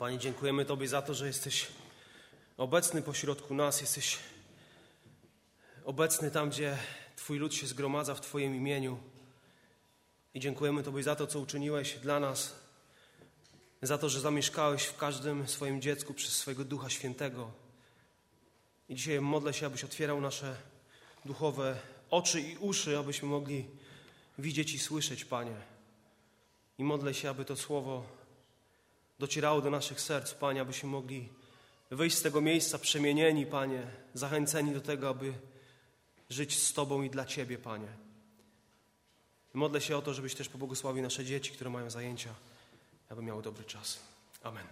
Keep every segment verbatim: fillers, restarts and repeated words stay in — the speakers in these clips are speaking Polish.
Panie, dziękujemy Tobie za to, że jesteś obecny pośrodku nas, jesteś obecny tam, gdzie Twój lud się zgromadza w Twoim imieniu. I dziękujemy Tobie za to, co uczyniłeś dla nas, za to, że zamieszkałeś w każdym swoim dziecku przez swojego Ducha Świętego. I dzisiaj modlę się, abyś otwierał nasze duchowe oczy i uszy, abyśmy mogli widzieć i słyszeć, Panie. I modlę się, aby to słowo docierało do naszych serc, Panie, abyśmy mogli wyjść z tego miejsca przemienieni, Panie, zachęceni do tego, aby żyć z Tobą i dla Ciebie, Panie. I modlę się o to, żebyś też pobłogosławił nasze dzieci, które mają zajęcia, aby miały dobry czas. Amen.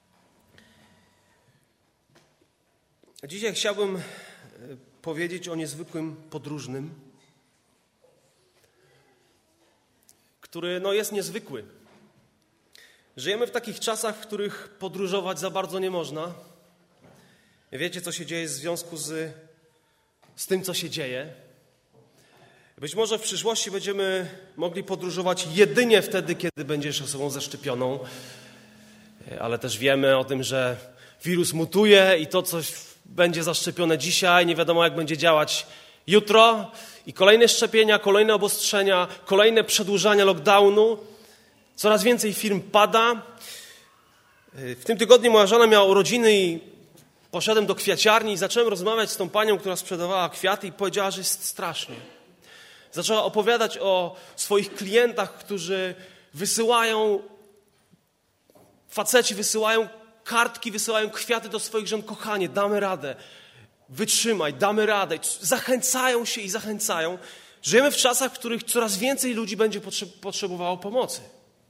Dzisiaj chciałbym powiedzieć o niezwykłym podróżnym, który no, jest niezwykły. Żyjemy w takich czasach, w których podróżować za bardzo nie można. Wiecie, co się dzieje w związku z, z tym, co się dzieje. Być może w przyszłości będziemy mogli podróżować jedynie wtedy, kiedy będziesz osobą zaszczepioną. Ale też wiemy o tym, że wirus mutuje i to, co będzie zaszczepione dzisiaj, nie wiadomo, jak będzie działać jutro. I kolejne szczepienia, kolejne obostrzenia, kolejne przedłużania lockdownu. Coraz więcej firm pada. W tym tygodniu moja żona miała urodziny i poszedłem do kwiaciarni i zacząłem rozmawiać z tą panią, która sprzedawała kwiaty i powiedziała, że jest strasznie. Zaczęła opowiadać o swoich klientach, którzy wysyłają, faceci wysyłają kartki, wysyłają kwiaty do swoich żon. Kochanie, damy radę, wytrzymaj, damy radę. Zachęcają się i zachęcają. Żyjemy w czasach, w których coraz więcej ludzi będzie potrzebowało pomocy.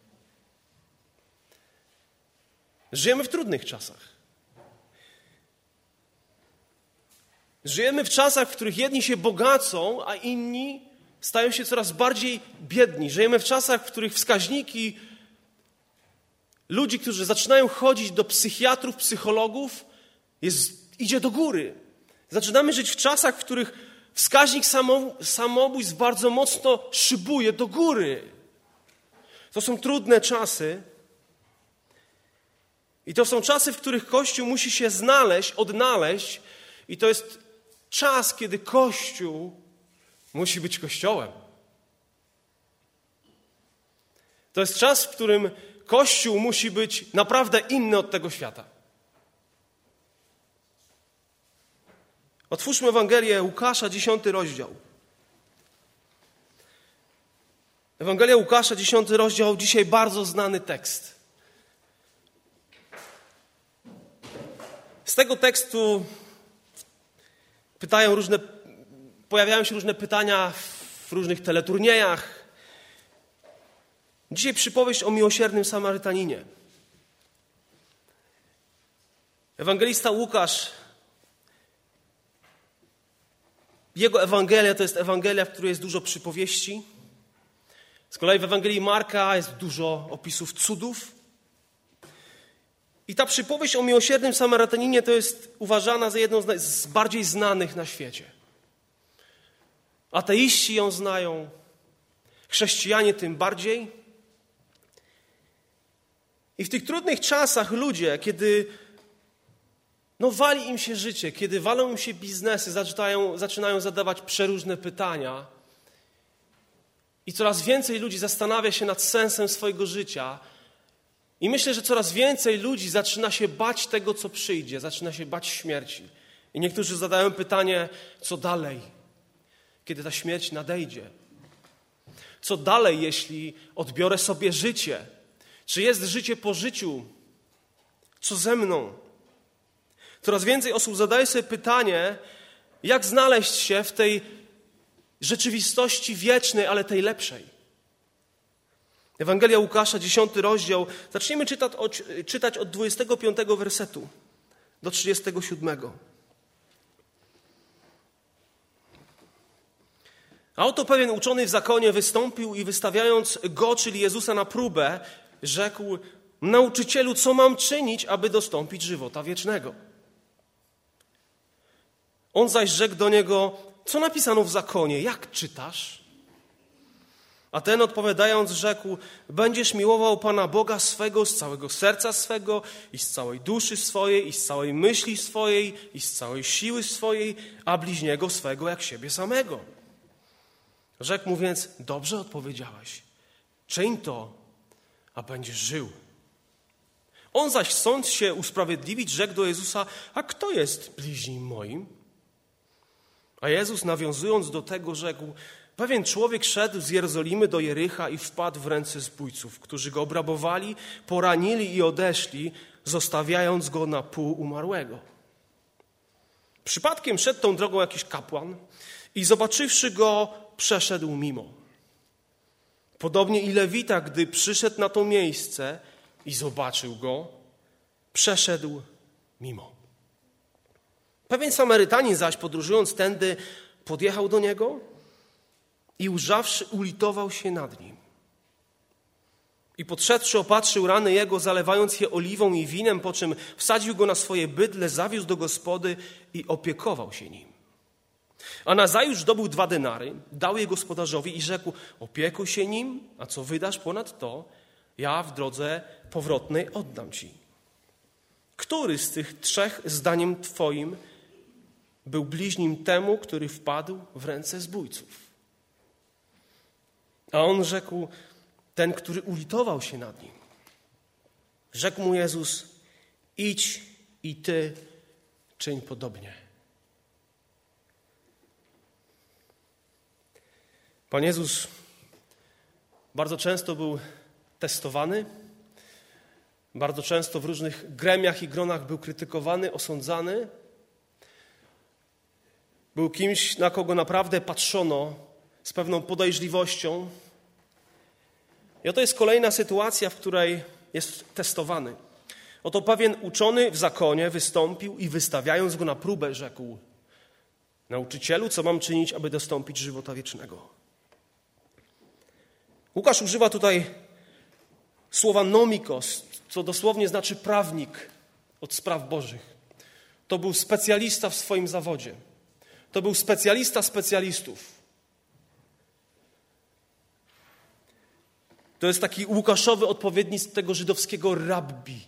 Żyjemy w trudnych czasach. Żyjemy w czasach, w których jedni się bogacą, a inni stają się coraz bardziej biedni. Żyjemy w czasach, w których wskaźniki ludzi, którzy zaczynają chodzić do psychiatrów, psychologów, jest, idzie do góry. Zaczynamy żyć w czasach, w których wskaźnik samo, samobójstw bardzo mocno szybuje do góry. To są trudne czasy. I to są czasy, w których Kościół musi się znaleźć, odnaleźć. I to jest czas, kiedy Kościół musi być Kościołem. To jest czas, w którym Kościół musi być naprawdę inny od tego świata. Otwórzmy Ewangelię Łukasza, dziesiąty rozdział. Ewangelia Łukasza, dziesiąty rozdział, dzisiaj bardzo znany tekst. Z tego tekstu pytają różne, pojawiają się różne pytania w różnych teleturniejach. Dzisiaj przypowieść o miłosiernym Samarytaninie. Ewangelista Łukasz, jego Ewangelia to jest Ewangelia, w której jest dużo przypowieści. Z kolei w Ewangelii Marka jest dużo opisów cudów. I ta przypowieść o miłosiernym Samarytaninie to jest uważana za jedną z bardziej znanych na świecie. Ateiści ją znają, chrześcijanie tym bardziej. I w tych trudnych czasach ludzie, kiedy no, wali im się życie, kiedy walą im się biznesy, zaczynają, zaczynają zadawać przeróżne pytania i coraz więcej ludzi zastanawia się nad sensem swojego życia. I myślę, że coraz więcej ludzi zaczyna się bać tego, co przyjdzie, zaczyna się bać śmierci. I niektórzy zadają pytanie, co dalej, kiedy ta śmierć nadejdzie? Co dalej, jeśli odbiorę sobie życie? Czy jest życie po życiu? Co ze mną? Coraz więcej osób zadaje sobie pytanie, jak znaleźć się w tej rzeczywistości wiecznej, ale tej lepszej. Ewangelia Łukasza, dziesiąty rozdział. Zaczniemy czytać od, czytać od dwudziestego piątego wersetu do trzydziestego siódmego. A oto pewien uczony w zakonie wystąpił i wystawiając go, czyli Jezusa, na próbę, rzekł: Nauczycielu, co mam czynić, aby dostąpić żywota wiecznego? On zaś rzekł do niego: co napisano w zakonie, jak czytasz? A ten odpowiadając rzekł: będziesz miłował Pana Boga swego z całego serca swego i z całej duszy swojej i z całej myśli swojej i z całej siły swojej, a bliźniego swego jak siebie samego. Rzekł mu więc: dobrze odpowiedziałeś, czyń to, a będziesz żył. On zaś, chcąc się usprawiedliwić, rzekł do Jezusa: a kto jest bliźnim moim? A Jezus, nawiązując do tego, rzekł: pewien człowiek szedł z Jerozolimy do Jericha i wpadł w ręce zbójców, którzy go obrabowali, poranili i odeszli, zostawiając go na pół umarłego. Przypadkiem szedł tą drogą jakiś kapłan i zobaczywszy go, przeszedł mimo. Podobnie i Lewita, gdy przyszedł na to miejsce i zobaczył go, przeszedł mimo. Pewien Samarytanin zaś, podróżując tędy, podjechał do niego i ujrzawszy, ulitował się nad nim. I podszedłszy, opatrzył rany jego, zalewając je oliwą i winem, po czym wsadził go na swoje bydle, zawiózł do gospody i opiekował się nim. A nazajutrz dobył dwa denary, dał je gospodarzowi i rzekł: opiekuj się nim, a co wydasz ponad to, ja w drodze powrotnej oddam ci. Który z tych trzech, zdaniem twoim, był bliźnim temu, który wpadł w ręce zbójców? A on rzekł: ten, który ulitował się nad nim. Rzekł mu Jezus: idź i ty czyń podobnie. Pan Jezus bardzo często był testowany, bardzo często w różnych gremiach i gronach był krytykowany, osądzany. Był kimś, na kogo naprawdę patrzono z pewną podejrzliwością. I oto jest kolejna sytuacja, w której jest testowany. Oto pewien uczony w zakonie wystąpił i wystawiając go na próbę, rzekł: nauczycielu, co mam czynić, aby dostąpić żywota wiecznego? Łukasz używa tutaj słowa nomikos, co dosłownie znaczy prawnik od spraw bożych. To był specjalista w swoim zawodzie. To był specjalista specjalistów. To jest taki łukaszowy odpowiednik tego żydowskiego rabbi.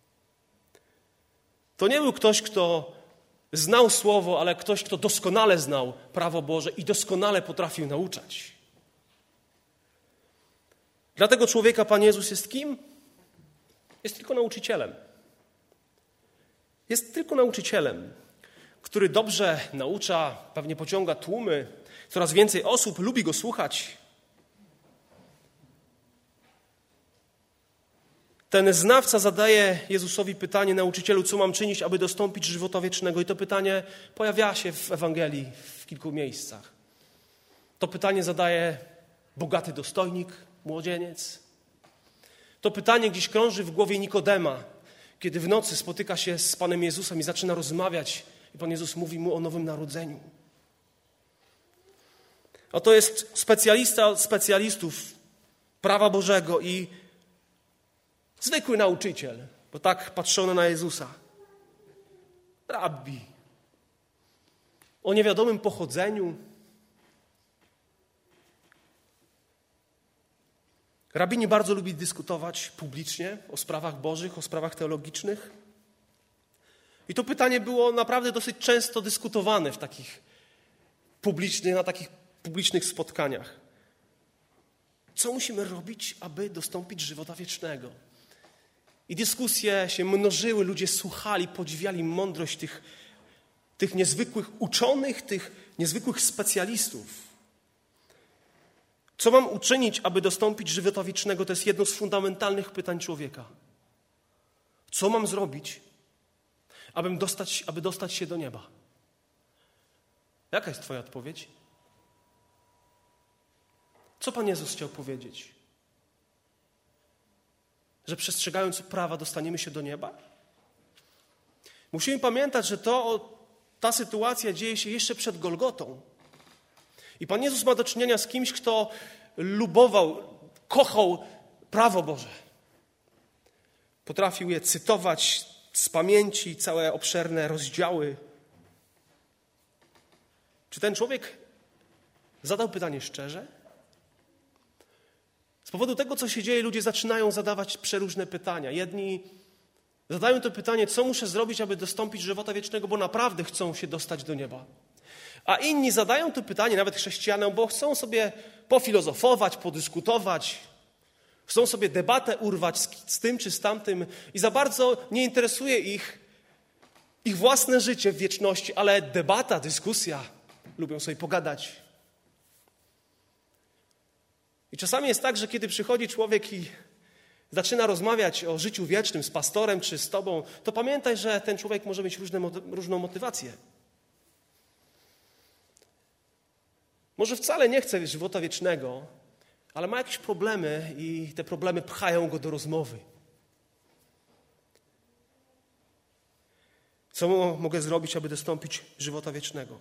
To nie był ktoś, kto znał słowo, ale ktoś, kto doskonale znał prawo Boże i doskonale potrafił nauczać. Dla tego człowieka Pan Jezus jest kim? Jest tylko nauczycielem. Jest tylko nauczycielem, który dobrze naucza, pewnie pociąga tłumy, coraz więcej osób lubi go słuchać. Ten znawca zadaje Jezusowi pytanie: nauczycielu, co mam czynić, aby dostąpić żywota wiecznego? I to pytanie pojawia się w Ewangelii w kilku miejscach. To pytanie zadaje bogaty dostojnik, młodzieniec. To pytanie gdzieś krąży w głowie Nikodema, kiedy w nocy spotyka się z Panem Jezusem i zaczyna rozmawiać. I Pan Jezus mówi mu o nowym narodzeniu. Oto jest specjalista od specjalistów prawa Bożego i zwykły nauczyciel, bo tak patrzono na Jezusa. Rabbi. O niewiadomym pochodzeniu. Rabbi nie bardzo lubi dyskutować publicznie o sprawach bożych, o sprawach teologicznych. I to pytanie było naprawdę dosyć często dyskutowane w takich publicznych, na takich publicznych spotkaniach. Co musimy robić, aby dostąpić żywota wiecznego? I dyskusje się mnożyły, ludzie słuchali, podziwiali mądrość tych, tych niezwykłych uczonych, tych niezwykłych specjalistów. Co mam uczynić, aby dostąpić żywota wiecznego? To jest jedno z fundamentalnych pytań człowieka. Co mam zrobić, abym dostać, aby dostać się do nieba? Jaka jest twoja odpowiedź? Co Pan Jezus chciał powiedzieć? Że przestrzegając prawa dostaniemy się do nieba? Musimy pamiętać, że to, ta sytuacja dzieje się jeszcze przed Golgotą. I Pan Jezus ma do czynienia z kimś, kto lubował, kochał prawo Boże. Potrafił je cytować z pamięci, całe obszerne rozdziały. Czy ten człowiek zadał pytanie szczerze? powodu tego, co się dzieje, ludzie zaczynają zadawać przeróżne pytania. Jedni zadają to pytanie, co muszę zrobić, aby dostąpić żywota wiecznego, bo naprawdę chcą się dostać do nieba. A inni zadają to pytanie, nawet chrześcijanom, bo chcą sobie pofilozofować, podyskutować, chcą sobie debatę urwać z, z tym czy z tamtym i za bardzo nie interesuje ich ich własne życie w wieczności, ale debata, dyskusja, lubią sobie pogadać. I czasami jest tak, że kiedy przychodzi człowiek i zaczyna rozmawiać o życiu wiecznym z pastorem czy z tobą, to pamiętaj, że ten człowiek może mieć różne, różną motywację. Może wcale nie chce żywota wiecznego, ale ma jakieś problemy i te problemy pchają go do rozmowy. Co mogę zrobić, aby dostąpić żywota wiecznego?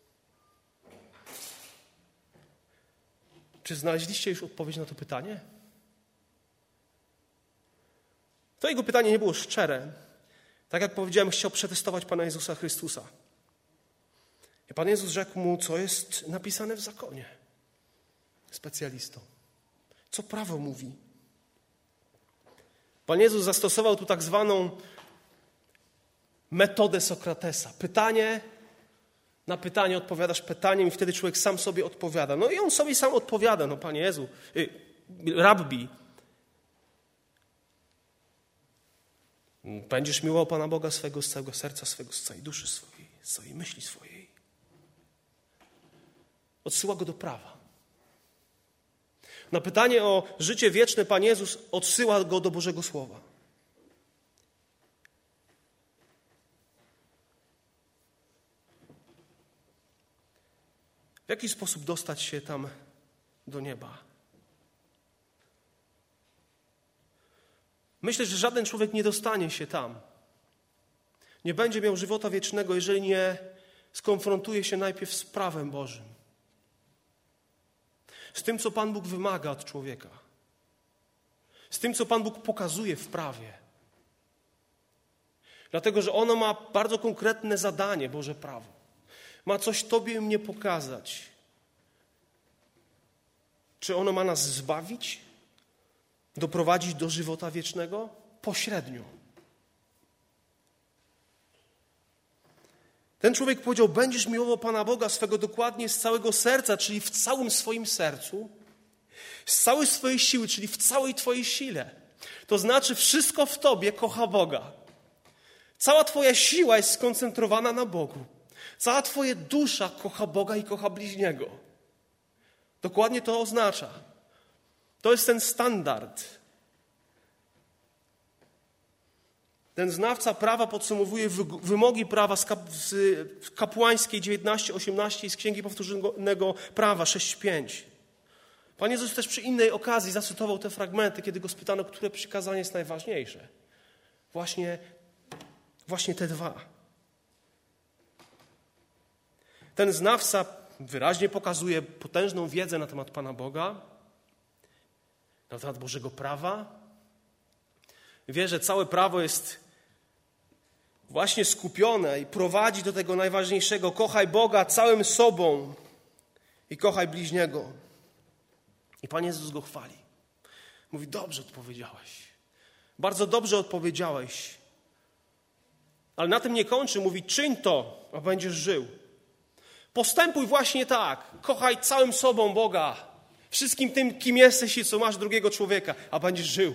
Czy znaleźliście już odpowiedź na to pytanie? To jego pytanie nie było szczere. Tak jak powiedziałem, chciał przetestować Pana Jezusa Chrystusa. I Pan Jezus rzekł mu, co jest napisane w zakonie. Specjalistą. Co prawo mówi? Pan Jezus zastosował tu tak zwaną metodę Sokratesa. Pytanie na pytanie odpowiadasz pytaniem i wtedy człowiek sam sobie odpowiada. No i on sobie sam odpowiada. No Panie Jezu, y, rabbi, będziesz miłował Pana Boga swego z całego serca swego, z całej duszy swojej, z całej myśli swojej. Odsyła go do prawa. Na pytanie o życie wieczne Pan Jezus odsyła go do Bożego Słowa. W jaki sposób dostać się tam do nieba? Myślę, że żaden człowiek nie dostanie się tam. Nie będzie miał żywota wiecznego, jeżeli nie skonfrontuje się najpierw z prawem Bożym. Z tym, co Pan Bóg wymaga od człowieka. Z tym, co Pan Bóg pokazuje w prawie. Dlatego, że ono ma bardzo konkretne zadanie, Boże prawo. Ma coś Tobie i mnie pokazać. Czy ono ma nas zbawić? Doprowadzić do żywota wiecznego? Pośrednio. Ten człowiek powiedział, będziesz miłował Pana Boga swego dokładnie z całego serca, czyli w całym swoim sercu, z całej swojej siły, czyli w całej Twojej sile. To znaczy wszystko w Tobie kocha Boga. Cała Twoja siła jest skoncentrowana na Bogu. Cała Twoja dusza kocha Boga i kocha bliźniego. Dokładnie to oznacza. To jest ten standard. Ten znawca prawa podsumowuje wymogi prawa z, kap, z kapłańskiej dziewiętnaście osiemnaście i z Księgi Powtórzonego Prawa sześć pięć. Pan Jezus też przy innej okazji zacytował te fragmenty, kiedy go spytano, które przykazanie jest najważniejsze. Właśnie, właśnie te dwa. Ten znawca wyraźnie pokazuje potężną wiedzę na temat Pana Boga, na temat Bożego prawa. Wie, że całe prawo jest właśnie skupione i prowadzi do tego najważniejszego. Kochaj Boga całym sobą i kochaj bliźniego. I Pan Jezus go chwali. Mówi, dobrze odpowiedziałeś. Bardzo dobrze odpowiedziałeś. Ale na tym nie kończy. Mówi, czyń to, a będziesz żył. Postępuj właśnie tak. Kochaj całym sobą Boga. Wszystkim tym, kim jesteś i co masz drugiego człowieka, a będziesz żył.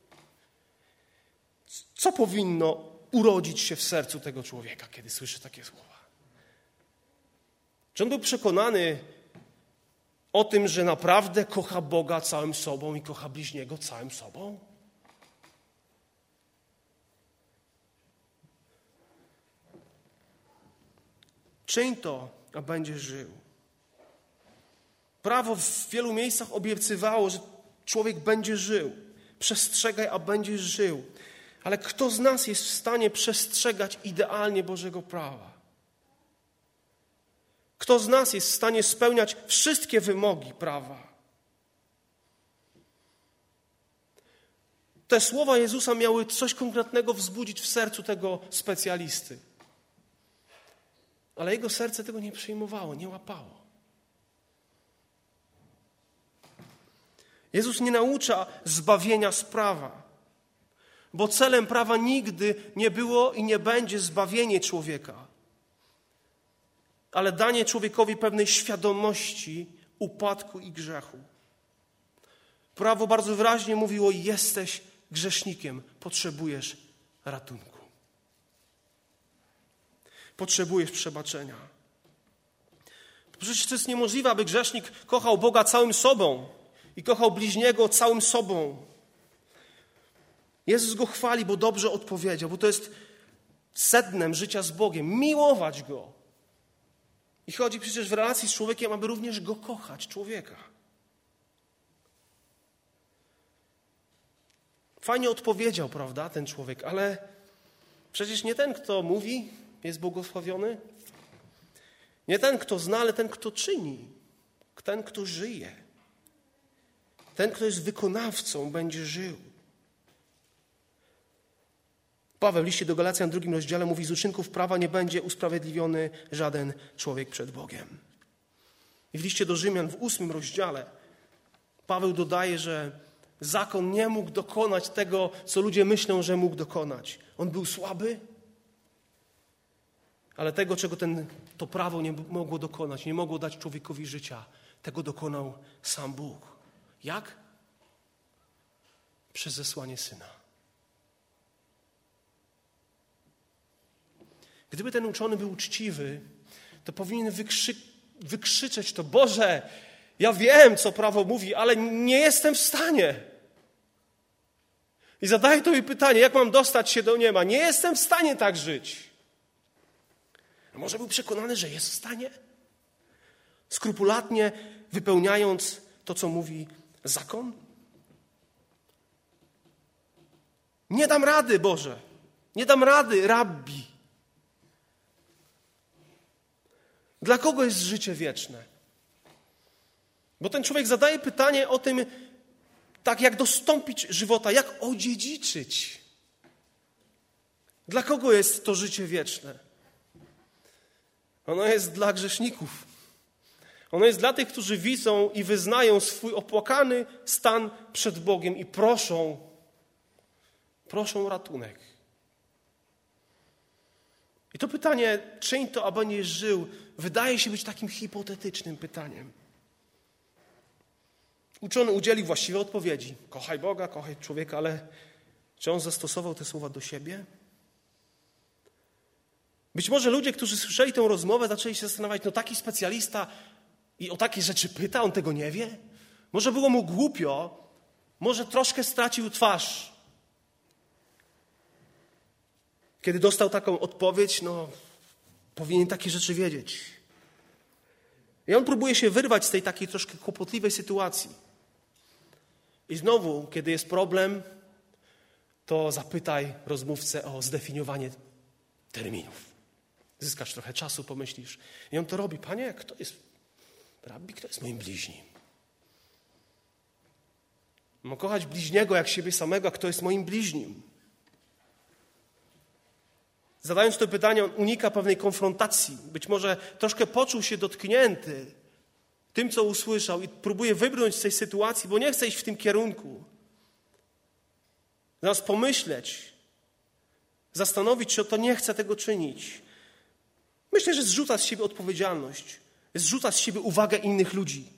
Co powinno urodzić się w sercu tego człowieka, kiedy słyszy takie słowa? Czy on był przekonany o tym, że naprawdę kocha Boga całym sobą i kocha bliźniego całym sobą? Czyń to, a będziesz żył. Prawo w wielu miejscach obiecywało, że człowiek będzie żył. Przestrzegaj, a będziesz żył. Ale kto z nas jest w stanie przestrzegać idealnie Bożego prawa? Kto z nas jest w stanie spełniać wszystkie wymogi prawa? Te słowa Jezusa miały coś konkretnego wzbudzić w sercu tego specjalisty. Ale jego serce tego nie przyjmowało, nie łapało. Jezus nie naucza zbawienia z prawa, bo celem prawa nigdy nie było i nie będzie zbawienie człowieka, ale danie człowiekowi pewnej świadomości upadku i grzechu. Prawo bardzo wyraźnie mówiło: jesteś grzesznikiem, potrzebujesz ratunku. Potrzebujesz przebaczenia. Przecież to jest niemożliwe, aby grzesznik kochał Boga całym sobą i kochał bliźniego całym sobą. Jezus go chwali, bo dobrze odpowiedział, bo to jest sednem życia z Bogiem. Miłować Go. I chodzi przecież w relacji z człowiekiem, aby również Go kochać, człowieka. Fajnie odpowiedział, prawda, ten człowiek, ale przecież nie ten, kto mówi, jest błogosławiony. Nie ten, kto zna, ale ten, kto czyni. Ten, kto żyje. Ten, kto jest wykonawcą, będzie żył. Paweł w liście do Galacjan w drugim rozdziale mówi: z uczynków prawa nie będzie usprawiedliwiony żaden człowiek przed Bogiem. I w liście do Rzymian w ósmym rozdziale Paweł dodaje, że zakon nie mógł dokonać tego, co ludzie myślą, że mógł dokonać. On był słaby, ale tego, czego ten, to prawo nie mogło dokonać, nie mogło dać człowiekowi życia, tego dokonał sam Bóg. Jak? Przez zesłanie Syna. Gdyby ten uczony był uczciwy, to powinien wykrzy- wykrzyczeć to: Boże, ja wiem, co prawo mówi, ale nie jestem w stanie. I zadaję Tobie pytanie: jak mam dostać się do nieba? Nie jestem w stanie tak żyć. A może był przekonany, że jest w stanie? Skrupulatnie wypełniając to, co mówi zakon? Nie dam rady, Boże. Nie dam rady, Rabbi. Dla kogo jest życie wieczne? Bo ten człowiek zadaje pytanie o tym, tak jak dostąpić żywota, jak odziedziczyć. Dla kogo jest to życie wieczne? Ono jest dla grzeszników. Ono jest dla tych, którzy widzą i wyznają swój opłakany stan przed Bogiem i proszą, proszą o ratunek. I to pytanie, czyń to, a będziesz żył, wydaje się być takim hipotetycznym pytaniem. Uczony udzielił właściwej odpowiedzi. Kochaj Boga, kochaj człowieka, ale czy on zastosował te słowa do siebie? Być może ludzie, którzy słyszeli tę rozmowę, zaczęli się zastanawiać: no taki specjalista i o takie rzeczy pyta, on tego nie wie? Może było mu głupio, może troszkę stracił twarz. Kiedy dostał taką odpowiedź, no powinien takie rzeczy wiedzieć. I on próbuje się wyrwać z tej takiej troszkę kłopotliwej sytuacji. I znowu, kiedy jest problem, to zapytaj rozmówcę o zdefiniowanie terminów. Zyskasz trochę czasu, pomyślisz. I on to robi. Panie, kto jest Rabbi, kto jest moim bliźnim? Mam kochać bliźniego jak siebie samego, a kto jest moim bliźnim? Zadając to pytanie, on unika pewnej konfrontacji. Być może troszkę poczuł się dotknięty tym, co usłyszał i próbuje wybrnąć z tej sytuacji, bo nie chce iść w tym kierunku. Zamiast pomyśleć, zastanowić się, to nie chce tego czynić. Myślę, że zrzuca z siebie odpowiedzialność. Zrzuca z siebie uwagę innych ludzi.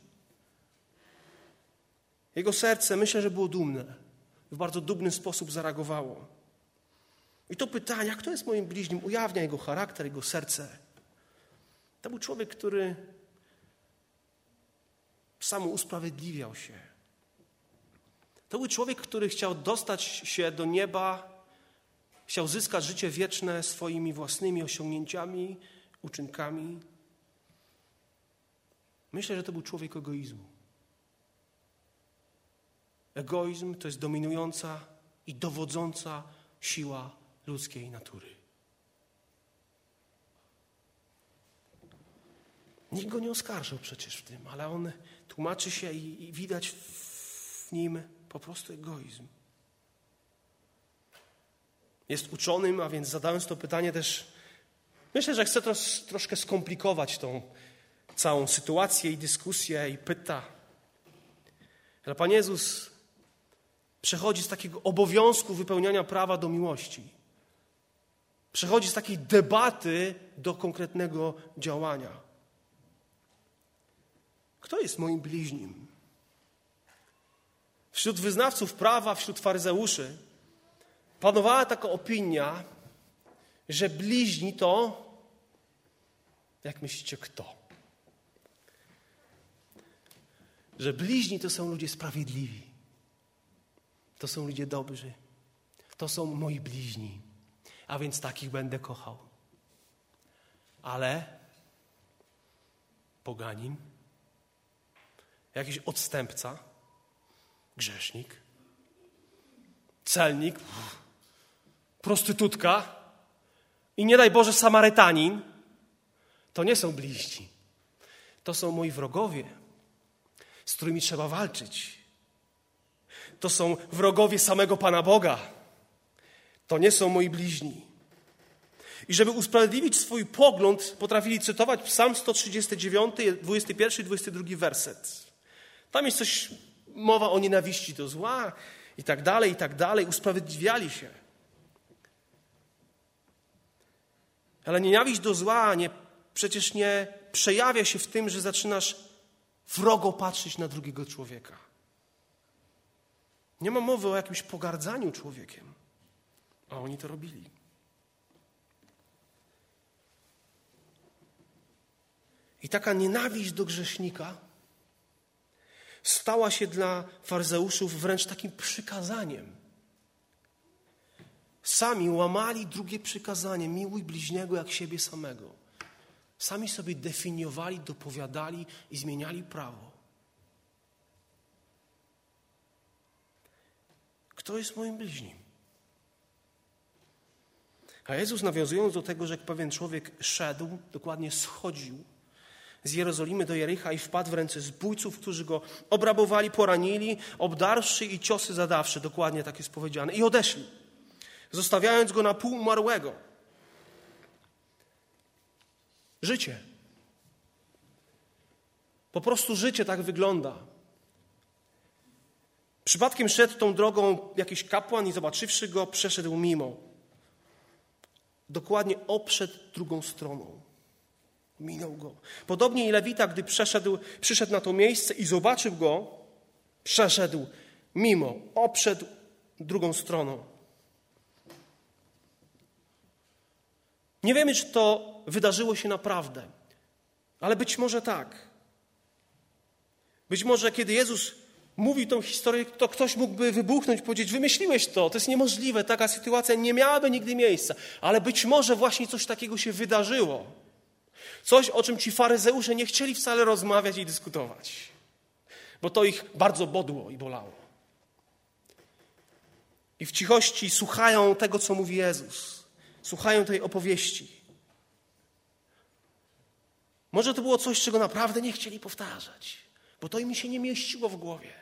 Jego serce, myślę, że było dumne. W bardzo dumny sposób zareagowało. I to pytanie, jak to jest moim bliźnim, ujawnia jego charakter, jego serce. To był człowiek, który sam usprawiedliwiał się. To był człowiek, który chciał dostać się do nieba, chciał zyskać życie wieczne swoimi własnymi osiągnięciami, uczynkami. Myślę, że to był człowiek egoizmu. Egoizm to jest dominująca i dowodząca siła ludzkiej natury. Nikt go nie oskarżył przecież w tym, ale on tłumaczy się i, i widać w nim po prostu egoizm. Jest uczonym, a więc zadając to pytanie też, myślę, że chce to troszkę skomplikować tą całą sytuację i dyskusję i pyta, Ale Pan Jezus przechodzi z takiego obowiązku wypełniania prawa do miłości. Przechodzi z takiej debaty do konkretnego działania. Kto jest moim bliźnim? Wśród wyznawców prawa, wśród faryzeuszy panowała taka opinia, że bliźni to, jak myślicie, kto? Że bliźni to są ludzie sprawiedliwi. To są ludzie dobrzy. To są moi bliźni. A więc takich będę kochał. Ale poganin, jakiś odstępca, grzesznik, celnik, prostytutka i nie daj Boże Samarytanin, to nie są bliźni. To są moi wrogowie, z którymi trzeba walczyć. To są wrogowie samego Pana Boga. To nie są moi bliźni. I żeby usprawiedliwić swój pogląd, potrafili cytować Psalm sto trzydziesty dziewiąty, dwudziesty pierwszy i dwudziesty drugi werset. Tam jest coś, mowa o nienawiści do zła i tak dalej, i tak dalej. Usprawiedliwiali się. Ale nienawiść do zła nie, przecież nie przejawia się w tym, że zaczynasz wrogo patrzeć na drugiego człowieka. Nie ma mowy o jakimś pogardzaniu człowiekiem. A oni to robili. I taka nienawiść do grzesznika stała się dla faryzeuszów wręcz takim przykazaniem. Sami łamali drugie przykazanie: miłuj bliźniego jak siebie samego. Sami sobie definiowali, dopowiadali i zmieniali prawo. Kto jest moim bliźnim? A Jezus, nawiązując do tego, że jak pewien człowiek szedł, dokładnie schodził z Jerozolimy do Jericha i wpadł w ręce zbójców, którzy go obrabowali, poranili, obdarwszy i ciosy zadawszy, dokładnie tak jest powiedziane, i odeszli, zostawiając go na pół umarłego. Życie. Po prostu życie tak wygląda. Przypadkiem szedł tą drogą jakiś kapłan i zobaczywszy go, przeszedł mimo. Dokładnie obszedł drugą stroną. Minął go. Podobnie i Lewita, gdy przeszedł, przyszedł na to miejsce i zobaczył go, przeszedł mimo, obszedł drugą stroną. Nie wiemy, czy to wydarzyło się naprawdę, ale być może tak. Być może, kiedy Jezus mówi tą historię, to ktoś mógłby wybuchnąć i powiedzieć: wymyśliłeś to, to jest niemożliwe, taka sytuacja nie miałaby nigdy miejsca. Ale być może właśnie coś takiego się wydarzyło. Coś, o czym ci faryzeusze nie chcieli wcale rozmawiać i dyskutować, bo to ich bardzo bodło i bolało. I w cichości słuchają tego, co mówi Jezus. Słuchają tej opowieści. Może to było coś, czego naprawdę nie chcieli powtarzać, bo to im się nie mieściło w głowie.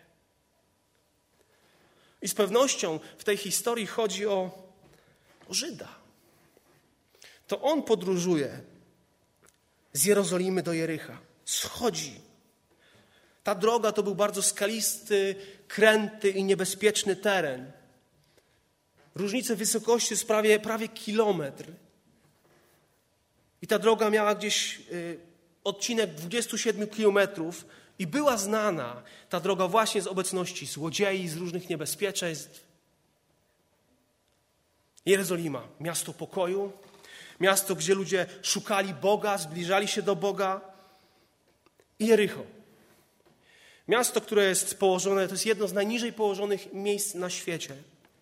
I z pewnością w tej historii chodzi o, o Żyda. To on podróżuje z Jerozolimy do Jericha. Schodzi. Ta droga to był bardzo skalisty, kręty i niebezpieczny teren. Różnice wysokości jest prawie, prawie kilometr. I ta droga miała gdzieś y, odcinek dwudziestu siedmiu kilometrów i była znana ta droga właśnie z obecności złodziei, z różnych niebezpieczeństw. Jerozolima, miasto pokoju, miasto, gdzie ludzie szukali Boga, zbliżali się do Boga. I Jericho. Miasto, które jest położone, to jest jedno z najniżej położonych miejsc na świecie.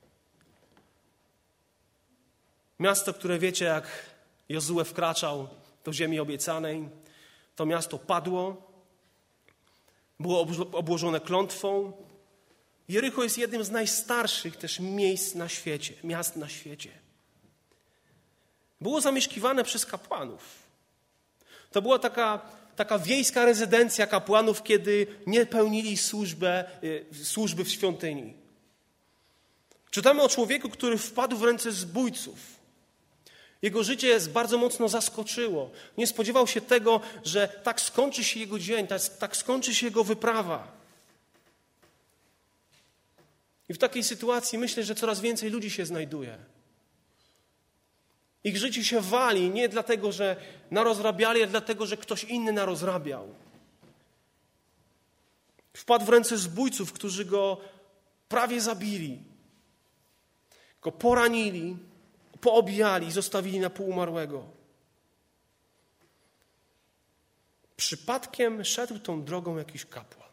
Miasto, które wiecie, jak Jozue wkraczał do ziemi obiecanej, to miasto padło, było obłożone klątwą. Jericho jest jednym z najstarszych też miejsc na świecie, miast na świecie. Było zamieszkiwane przez kapłanów. To była taka, taka wiejska rezydencja kapłanów, kiedy nie pełnili służbę, służby w świątyni. Czytamy o człowieku, który wpadł w ręce zbójców. Jego życie bardzo mocno zaskoczyło. Nie spodziewał się tego, że tak skończy się jego dzień, tak, tak skończy się jego wyprawa. I w takiej sytuacji myślę, że coraz więcej ludzi się znajduje. Ich życie się wali nie dlatego, że narozrabiali, ale dlatego, że ktoś inny narozrabiał. Wpadł w ręce zbójców, którzy go prawie zabili. Go poranili, poobijali i zostawili na pół umarłego. Przypadkiem szedł tą drogą jakiś kapłan.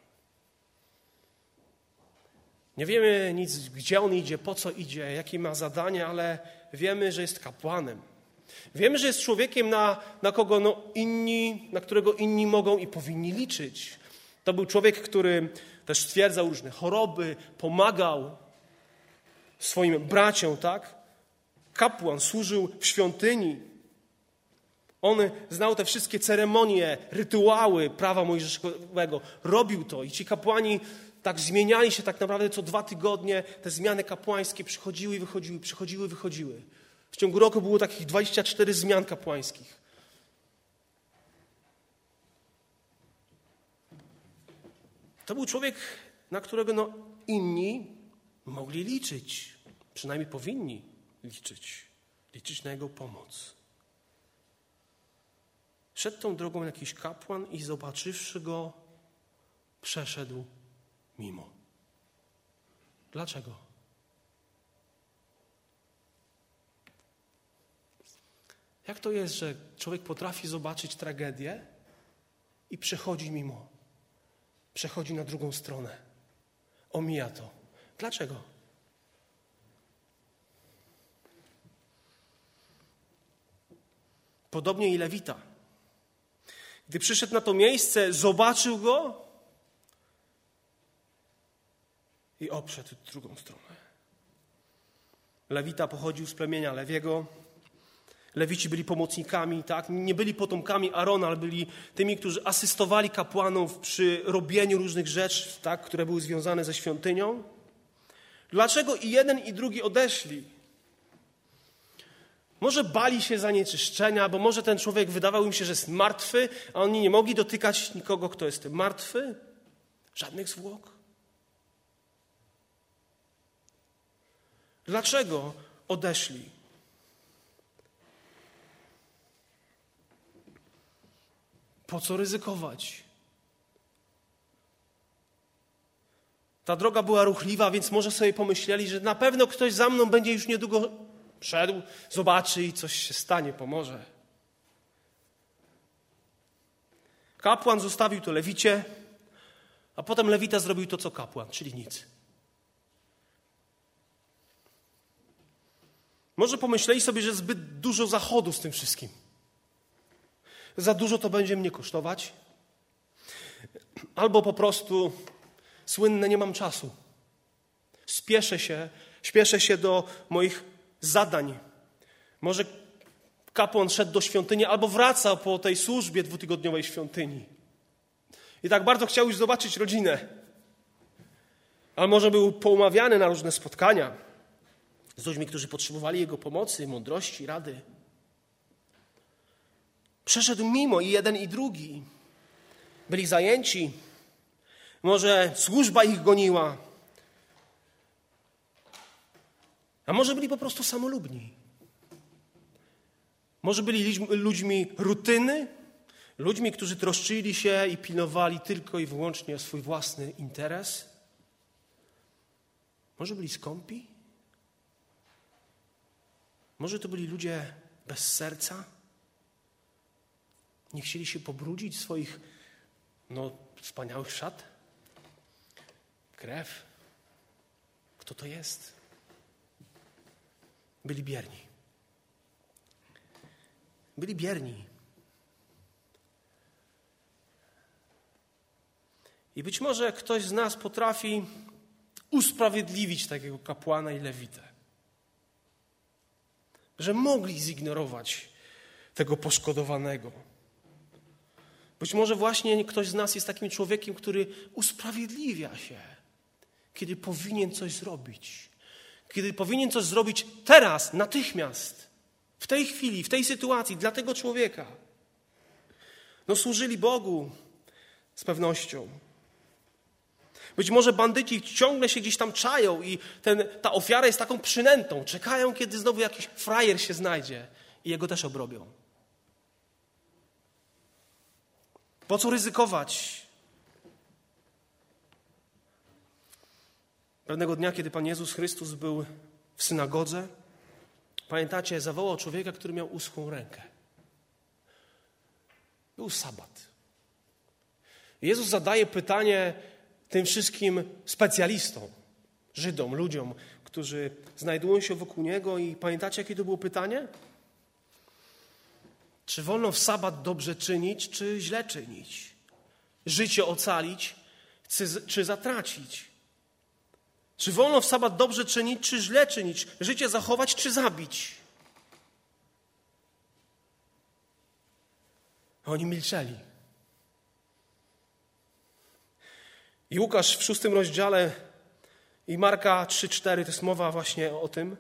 Nie wiemy nic, gdzie on idzie, po co idzie, jakie ma zadanie, ale wiemy, że jest kapłanem. Wiemy, że jest człowiekiem, na, na kogo no inni, na którego inni mogą i powinni liczyć. To był człowiek, który też stwierdzał różne choroby, pomagał swoim braciom, tak? Kapłan służył w świątyni. On znał te wszystkie ceremonie, rytuały prawa mojżeszowego. Robił to i ci kapłani tak zmieniali się tak naprawdę co dwa tygodnie. Te zmiany kapłańskie przychodziły i wychodziły, przychodziły i wychodziły. W ciągu roku było takich dwadzieścia cztery zmian kapłańskich. To był człowiek, na którego no, inni mogli liczyć. Przynajmniej powinni liczyć. Liczyć na jego pomoc. Szedł tą drogą jakiś kapłan i zobaczywszy go, przeszedł mimo. Dlaczego? Jak to jest, że człowiek potrafi zobaczyć tragedię i przechodzi mimo? Przechodzi na drugą stronę. Omija to. Dlaczego? Podobnie i Lewita. Gdy przyszedł na to miejsce, zobaczył go i obszedł drugą stronę. Lewita pochodził z plemienia Lewiego. Lewici byli pomocnikami, tak? Nie byli potomkami Arona, ale byli tymi, którzy asystowali kapłanów przy robieniu różnych rzeczy, tak? Które były związane ze świątynią. Dlaczego i jeden, i drugi odeszli? Może bali się zanieczyszczenia, bo może ten człowiek wydawał im się, że jest martwy, a oni nie mogli dotykać nikogo, kto jest martwy. Żadnych zwłok. Dlaczego odeszli? Po co ryzykować? Ta droga była ruchliwa, więc może sobie pomyśleli, że na pewno ktoś za mną będzie już niedługo szedł, zobaczy i coś się stanie, pomoże. Kapłan zostawił to Lewicie, a potem Lewita zrobił to, co kapłan, czyli nic. Może pomyśleli sobie, że zbyt dużo zachodu z tym wszystkim. Za dużo to będzie mnie kosztować. Albo po prostu słynne nie mam czasu. Spieszę się, śpieszę się do moich zadań. Może kapłan szedł do świątyni albo wraca po tej służbie dwutygodniowej świątyni. I tak bardzo chciał już zobaczyć rodzinę. Ale może był poumawiany na różne spotkania z ludźmi, którzy potrzebowali jego pomocy, mądrości, rady. Przeszedł mimo i jeden, i drugi. Byli zajęci. Może służba ich goniła. A może byli po prostu samolubni. Może byli ludźmi rutyny, ludźmi, którzy troszczyli się i pilnowali tylko i wyłącznie o swój własny interes. Może byli skąpi. Może to byli ludzie bez serca. Nie chcieli się pobrudzić swoich no, wspaniałych szat. Krew. Kto to jest? Byli bierni. Byli bierni. I być może ktoś z nas potrafi usprawiedliwić takiego kapłana i lewitę. Że mogli zignorować tego poszkodowanego. Być może właśnie ktoś z nas jest takim człowiekiem, który usprawiedliwia się, kiedy powinien coś zrobić. Kiedy powinien coś zrobić teraz, natychmiast, w tej chwili, w tej sytuacji, dla tego człowieka. No służyli Bogu z pewnością. Być może bandyci ciągle się gdzieś tam czają i ten, ta ofiara jest taką przynętą. Czekają, kiedy znowu jakiś frajer się znajdzie i jego też obrobią. Po co ryzykować? Pewnego dnia, kiedy Pan Jezus Chrystus był w synagodze, pamiętacie, zawołał człowieka, który miał uschłą rękę. Był sabat. Jezus zadaje pytanie tym wszystkim specjalistom, Żydom, ludziom, którzy znajdują się wokół Niego i pamiętacie, jakie to było pytanie? Czy wolno w sabat dobrze czynić, czy źle czynić? Życie ocalić, czy, czy zatracić? Czy wolno w sabat dobrze czynić, czy źle czynić? Życie zachować, czy zabić? Oni milczeli. I Łukasz w szóstym rozdziale i Marka trzy cztery, to jest mowa właśnie o tym.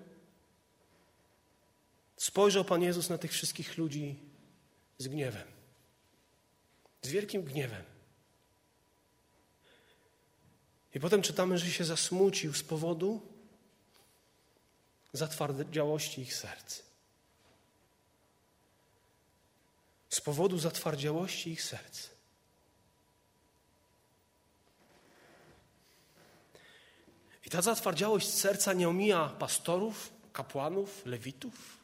Spojrzał Pan Jezus na tych wszystkich ludzi z gniewem. Z wielkim gniewem. I potem czytamy, że się zasmucił z powodu zatwardziałości ich serc. Z powodu zatwardziałości ich serc. I ta zatwardziałość serca nie omija pastorów, kapłanów, lewitów.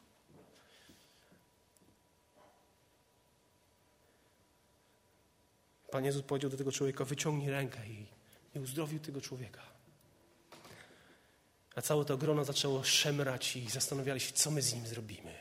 Pan Jezus powiedział do tego człowieka: wyciągnij rękę, i, i uzdrowił tego człowieka. A całe to grono zaczęło szemrać i zastanawiali się, co my z nim zrobimy.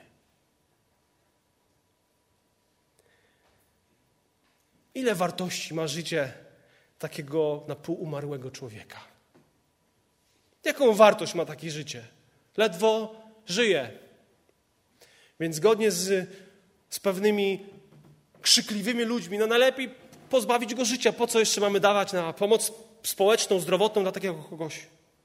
Ile wartości ma życie takiego na pół umarłego człowieka? Jaką wartość ma takie życie? Ledwo żyje. Więc zgodnie z, z pewnymi krzykliwymi ludźmi, no najlepiej pozbawić go życia. Po co jeszcze mamy dawać na pomoc społeczną, zdrowotną dla takiego kogoś?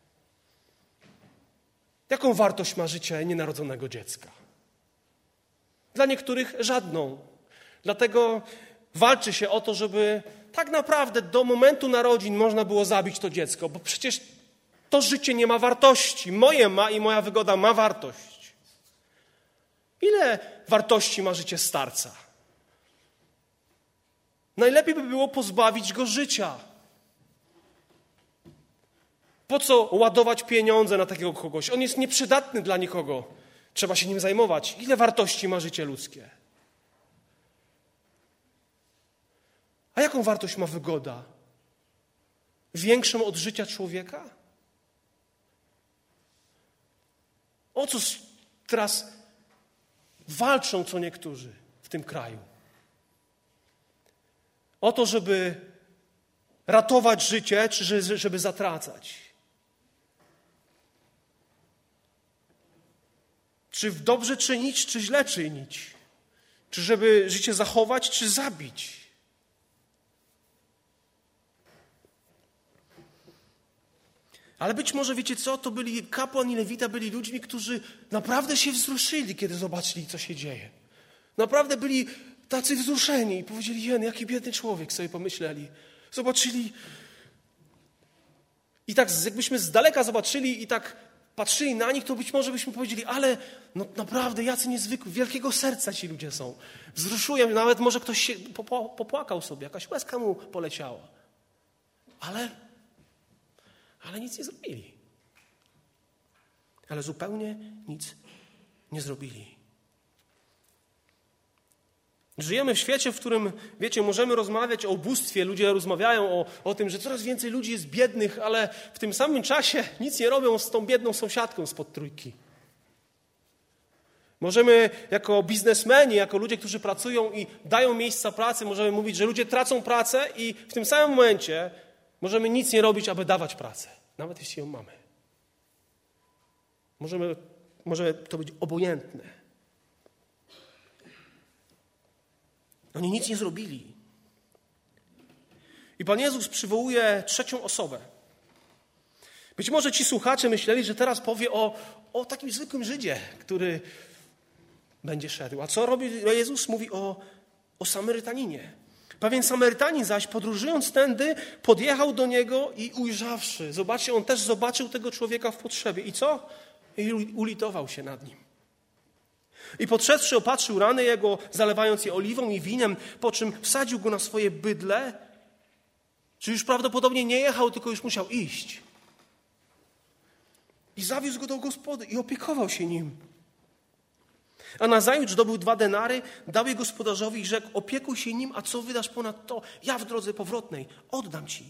Jaką wartość ma życie nienarodzonego dziecka? Dla niektórych żadną. Dlatego walczy się o to, żeby tak naprawdę do momentu narodzin można było zabić to dziecko, bo przecież to życie nie ma wartości. Moje ma i moja wygoda ma wartość. Ile wartości ma życie starca? Najlepiej by było pozbawić go życia. Po co ładować pieniądze na takiego kogoś? On jest nieprzydatny dla nikogo. Trzeba się nim zajmować. Ile wartości ma życie ludzkie? A jaką wartość ma wygoda? Większą od życia człowieka? O co teraz walczą co niektórzy w tym kraju? O to, żeby ratować życie, czy żeby zatracać? Czy dobrze czynić, czy źle czynić? Czy żeby życie zachować, czy zabić? Ale być może, wiecie co, to byli kapłan i lewita, byli ludźmi, którzy naprawdę się wzruszyli, kiedy zobaczyli, co się dzieje. Naprawdę byli tacy wzruszeni i powiedzieli: jen, jaki biedny człowiek, sobie pomyśleli. Zobaczyli i tak jakbyśmy z daleka zobaczyli i tak patrzyli na nich, to być może byśmy powiedzieli: ale no naprawdę, jacy niezwykli, wielkiego serca ci ludzie są. Wzruszują, nawet może ktoś się popłakał sobie, jakaś łezka mu poleciała. Ale, ale nic nie zrobili. Ale zupełnie nic nie zrobili. Żyjemy w świecie, w którym, wiecie, możemy rozmawiać o ubóstwie. Ludzie rozmawiają o, o tym, że coraz więcej ludzi jest biednych, ale w tym samym czasie nic nie robią z tą biedną sąsiadką spod trójki. Możemy jako biznesmeni, jako ludzie, którzy pracują i dają miejsca pracy, możemy mówić, że ludzie tracą pracę i w tym samym momencie możemy nic nie robić, aby dawać pracę, nawet jeśli ją mamy. Możemy, może to być obojętne. Oni nic nie zrobili. I Pan Jezus przywołuje trzecią osobę. Być może ci słuchacze myśleli, że teraz powie o, o takim zwykłym Żydzie, który będzie szedł. A co robi Jezus? Mówi o, o Samarytaninie. Pewien Samarytanin zaś, podróżując tędy, podjechał do niego i ujrzawszy. Zobaczcie, on też zobaczył tego człowieka w potrzebie. I co? I ulitował się nad nim. I podszedłszy, opatrzył rany jego, zalewając je oliwą i winem, po czym wsadził go na swoje bydle. Czy już prawdopodobnie nie jechał, tylko już musiał iść. I zawiózł go do gospody i opiekował się nim. A nazajutrz zdobył dwa denary, dał je gospodarzowi i rzekł: opiekuj się nim, a co wydasz ponad to? Ja w drodze powrotnej oddam ci.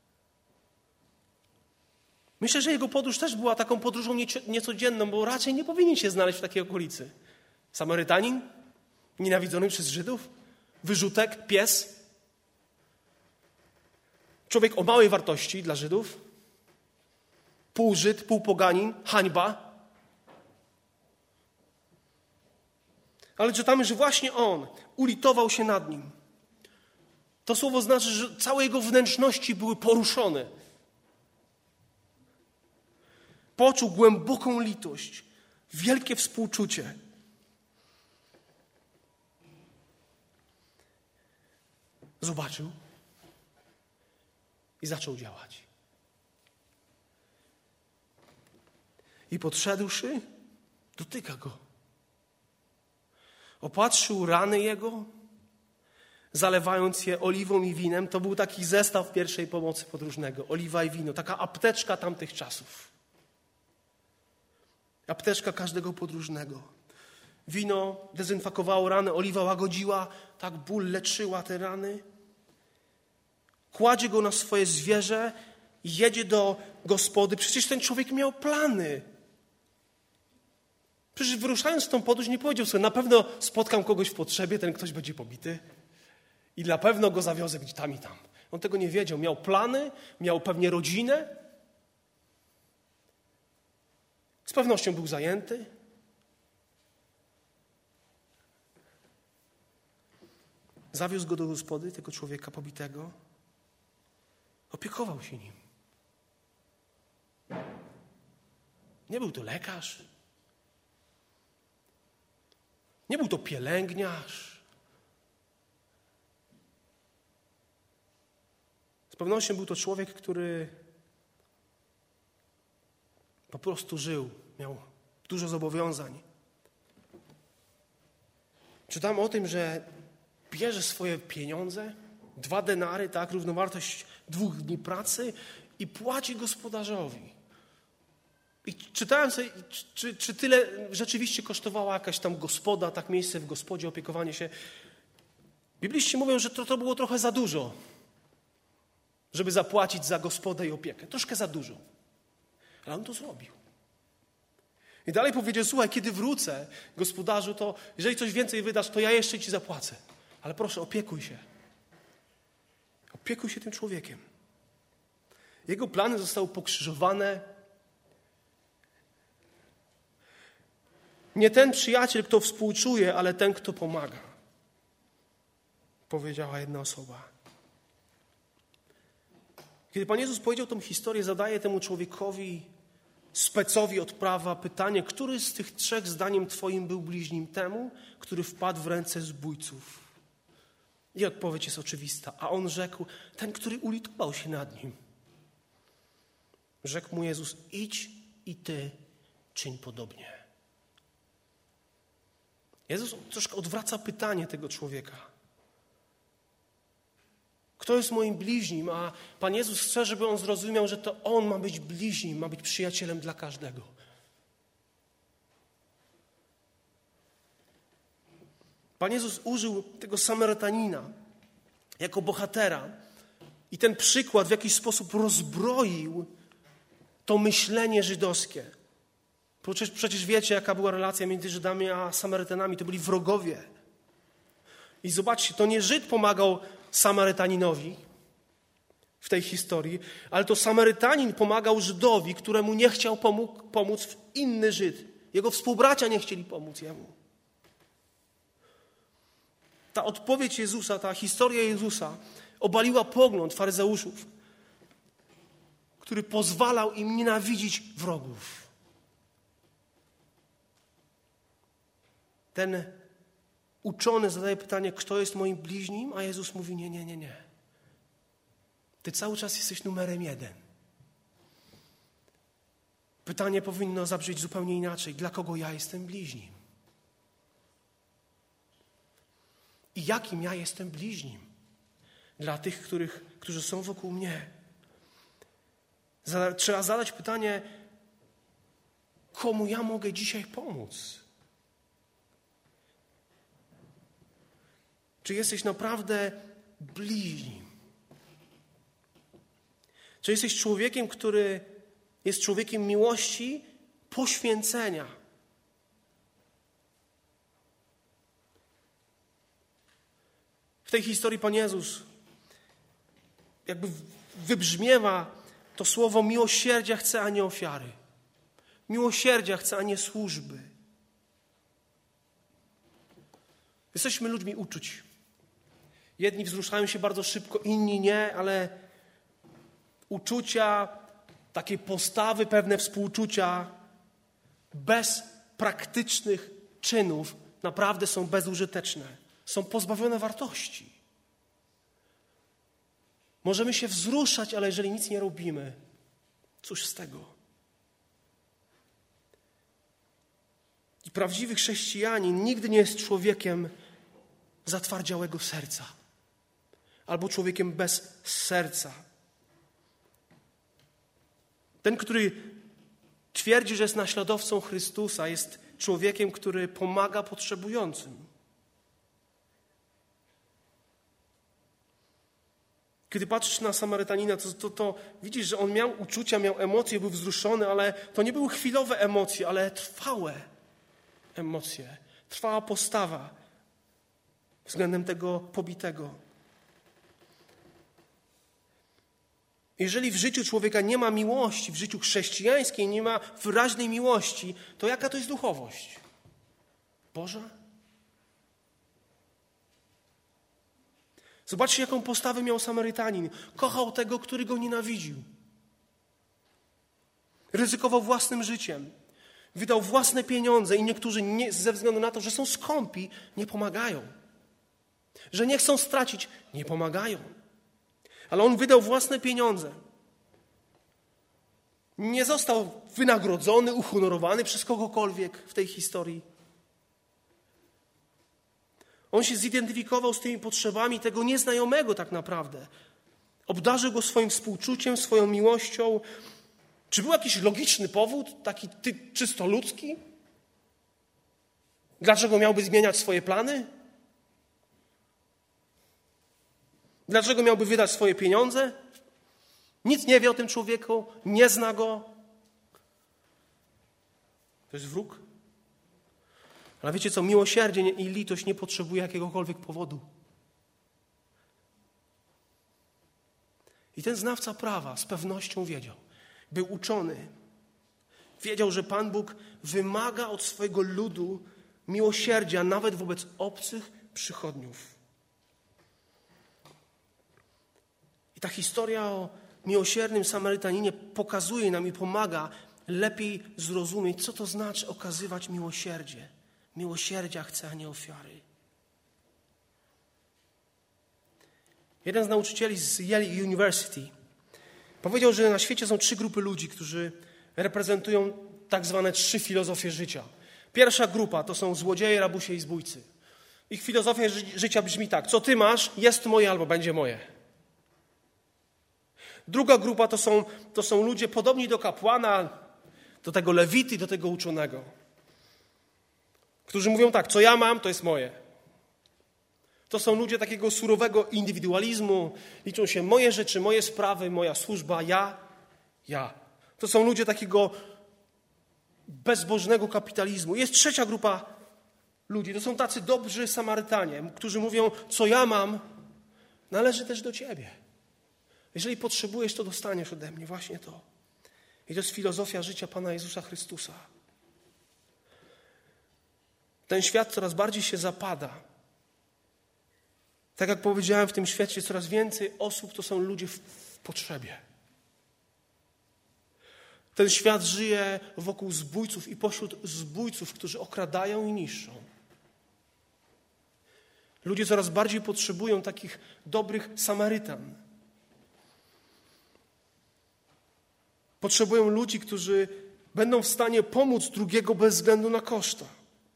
Myślę, że jego podróż też była taką podróżą niecodzienną, bo raczej nie powinien się znaleźć w takiej okolicy. Samarytanin, nienawidzony przez Żydów, wyrzutek, pies. Człowiek o małej wartości dla Żydów. Pół Żyd, pół poganin, hańba. Ale czytamy, że właśnie on ulitował się nad nim. To słowo znaczy, że całe jego wnętrzności były poruszone. Poczuł głęboką litość, wielkie współczucie. Zobaczył i zaczął działać. I podszedłszy, dotyka go. Opatrzył rany jego, zalewając je oliwą i winem. To był taki zestaw pierwszej pomocy podróżnego. Oliwa i wino. Taka apteczka tamtych czasów. Apteczka każdego podróżnego. Wino dezynfekowało rany, oliwa łagodziła, tak ból leczyła te rany. Kładzie go na swoje zwierzę i jedzie do gospody. Przecież ten człowiek miał plany. Przecież wyruszając w tą podróż nie powiedział sobie: na pewno spotkam kogoś w potrzebie, ten ktoś będzie pobity i na pewno go zawiozę gdzieś tam i tam. On tego nie wiedział. Miał plany, miał pewnie rodzinę. Z pewnością był zajęty. Zawiózł go do gospody, tego człowieka pobitego. Opiekował się nim. Nie był to lekarz. Nie był to pielęgniarz. Z pewnością był to człowiek, który po prostu żył. Miał dużo zobowiązań. Czytam o tym, że bierze swoje pieniądze, dwa denary, tak, równowartość dwóch dni pracy i płaci gospodarzowi. I czytałem sobie, czy, czy tyle rzeczywiście kosztowała jakaś tam gospoda, tak miejsce w gospodzie, opiekowanie się. Bibliści mówią, że to, to było trochę za dużo, żeby zapłacić za gospodę i opiekę. Troszkę za dużo. Ale on to zrobił. I dalej powiedział: słuchaj, kiedy wrócę, gospodarzu, to jeżeli coś więcej wydasz, to ja jeszcze ci zapłacę. Ale proszę, opiekuj się. Opiekuj się tym człowiekiem. Jego plany zostały pokrzyżowane. Nie ten przyjaciel, kto współczuje, ale ten, kto pomaga. Powiedziała jedna osoba. Kiedy Pan Jezus powiedział tę historię, zadaje temu człowiekowi, specowi od prawa, pytanie: który z tych trzech zdaniem Twoim był bliźnim temu, który wpadł w ręce zbójców? I odpowiedź jest oczywista. A on rzekł: ten, który ulitował się nad nim. Rzekł mu Jezus: idź i ty czyń podobnie. Jezus troszkę odwraca pytanie tego człowieka. Kto jest moim bliźnim? A Pan Jezus chce, żeby on zrozumiał, że to on ma być bliźnim, ma być przyjacielem dla każdego. Pan Jezus użył tego Samarytanina jako bohatera i ten przykład w jakiś sposób rozbroił to myślenie żydowskie. Przecież, przecież wiecie, jaka była relacja między Żydami a Samarytanami. To byli wrogowie. I zobaczcie, to nie Żyd pomagał Samarytaninowi w tej historii, ale to Samarytanin pomagał Żydowi, któremu nie chciał pomógł, pomóc inny Żyd. Jego współbracia nie chcieli pomóc jemu. Ta odpowiedź Jezusa, ta historia Jezusa obaliła pogląd faryzeuszów, który pozwalał im nienawidzić wrogów. Ten uczony zadaje pytanie, kto jest moim bliźnim, a Jezus mówi, nie, nie, nie, nie. Ty cały czas jesteś numerem jeden. Pytanie powinno zabrzmieć zupełnie inaczej. Dla kogo ja jestem bliźnim? I jakim ja jestem bliźnim? Dla tych, których, którzy są wokół mnie. Trzeba zadać pytanie, komu ja mogę dzisiaj pomóc? Czy jesteś naprawdę bliźnim? Czy jesteś człowiekiem, który jest człowiekiem miłości, poświęcenia? W tej historii Pan Jezus jakby wybrzmiewa to słowo miłosierdzia chce, a nie ofiary. Miłosierdzia chce, a nie służby. Jesteśmy ludźmi uczuć. Jedni wzruszają się bardzo szybko, inni nie, ale uczucia, takie postawy, pewne współczucia bez praktycznych czynów naprawdę są bezużyteczne. Są pozbawione wartości. Możemy się wzruszać, ale jeżeli nic nie robimy, cóż z tego? I prawdziwy chrześcijanin nigdy nie jest człowiekiem zatwardziałego serca albo człowiekiem bez serca. Ten, który twierdzi, że jest naśladowcą Chrystusa, jest człowiekiem, który pomaga potrzebującym. Kiedy patrzysz na Samarytanina, to, to, to widzisz, że on miał uczucia, miał emocje, był wzruszony, ale to nie były chwilowe emocje, ale trwałe emocje. Trwała postawa względem tego pobitego. Jeżeli w życiu człowieka nie ma miłości, w życiu chrześcijańskiej nie ma wyraźnej miłości, to jaka to jest duchowość? Boża? Zobaczcie, jaką postawę miał Samarytanin. Kochał tego, który go nienawidził. Ryzykował własnym życiem. Wydał własne pieniądze i niektórzy nie, ze względu na to, że są skąpi, nie pomagają. Że nie chcą stracić, nie pomagają. Ale on wydał własne pieniądze. Nie został wynagrodzony, uhonorowany przez kogokolwiek w tej historii. On się zidentyfikował z tymi potrzebami tego nieznajomego tak naprawdę. Obdarzył go swoim współczuciem, swoją miłością. Czy był jakiś logiczny powód, taki ty, czysto ludzki? Dlaczego miałby zmieniać swoje plany? Dlaczego miałby wydać swoje pieniądze? Nic nie wie o tym człowieku, nie zna go. To jest wróg. Ale wiecie co, miłosierdzie i litość nie potrzebuje jakiegokolwiek powodu. I ten znawca prawa z pewnością wiedział. Był uczony. Wiedział, że Pan Bóg wymaga od swojego ludu miłosierdzia nawet wobec obcych przychodniów. I ta historia o miłosiernym Samarytaninie pokazuje nam i pomaga lepiej zrozumieć, co to znaczy okazywać miłosierdzie. Miłosierdzia chce, a nie ofiary. Jeden z nauczycieli z Yale University powiedział, że na świecie są trzy grupy ludzi, którzy reprezentują tak zwane trzy filozofie życia. Pierwsza grupa to są złodzieje, rabusie i zbójcy. Ich filozofia ży- życia brzmi tak: co ty masz, jest moje albo będzie moje. Druga grupa to są, to są ludzie podobni do kapłana, do tego lewity, do tego uczonego, którzy mówią tak: co ja mam, to jest moje. To są ludzie takiego surowego indywidualizmu. Liczą się moje rzeczy, moje sprawy, moja służba, ja, ja. To są ludzie takiego bezbożnego kapitalizmu. Jest trzecia grupa ludzi. To są tacy dobrzy Samarytanie, którzy mówią: co ja mam, należy też do ciebie. Jeżeli potrzebujesz, to dostaniesz ode mnie właśnie to. I to jest filozofia życia Pana Jezusa Chrystusa. Ten świat coraz bardziej się zapada. Tak jak powiedziałem, w tym świecie coraz więcej osób to są ludzie w, w potrzebie. Ten świat żyje wokół zbójców i pośród zbójców, którzy okradają i niszczą. Ludzie coraz bardziej potrzebują takich dobrych Samarytan. Potrzebują ludzi, którzy będą w stanie pomóc drugiego bez względu na koszta.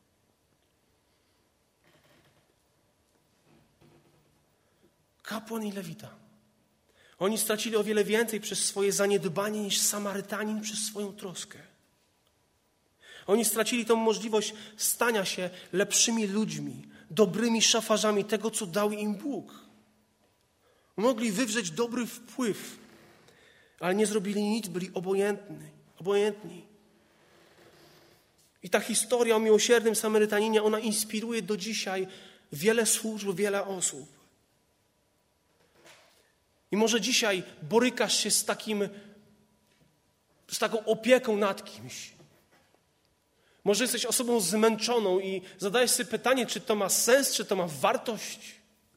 Kapłan i lewita. Oni stracili o wiele więcej przez swoje zaniedbanie niż Samarytanin przez swoją troskę. Oni stracili tą możliwość stania się lepszymi ludźmi, dobrymi szafarzami tego, co dał im Bóg. Mogli wywrzeć dobry wpływ, ale nie zrobili nic, byli obojętni. obojętni. I ta historia o miłosiernym Samarytaninie, ona inspiruje do dzisiaj wiele służb, wiele osób. I może dzisiaj borykasz się z takim, z taką opieką nad kimś. Może jesteś osobą zmęczoną i zadajesz sobie pytanie, czy to ma sens, czy to ma wartość.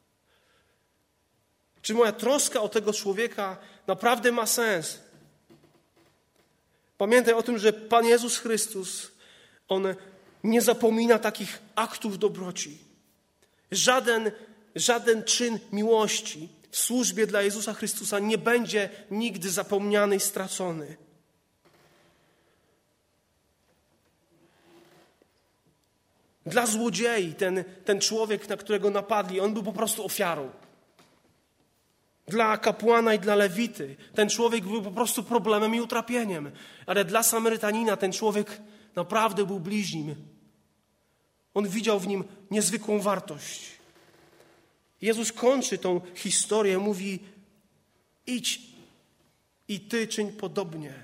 Czy moja troska o tego człowieka naprawdę ma sens? Pamiętaj o tym, że Pan Jezus Chrystus, On nie zapomina takich aktów dobroci. Żaden, żaden czyn miłości w służbie dla Jezusa Chrystusa nie będzie nigdy zapomniany i stracony. Dla złodziei ten, ten człowiek, na którego napadli, on był po prostu ofiarą. Dla kapłana i dla lewity ten człowiek był po prostu problemem i utrapieniem. Ale dla Samarytanina ten człowiek naprawdę był bliźnim. On widział w nim niezwykłą wartość. Jezus kończy tą historię, mówi: idź i ty czyń podobnie.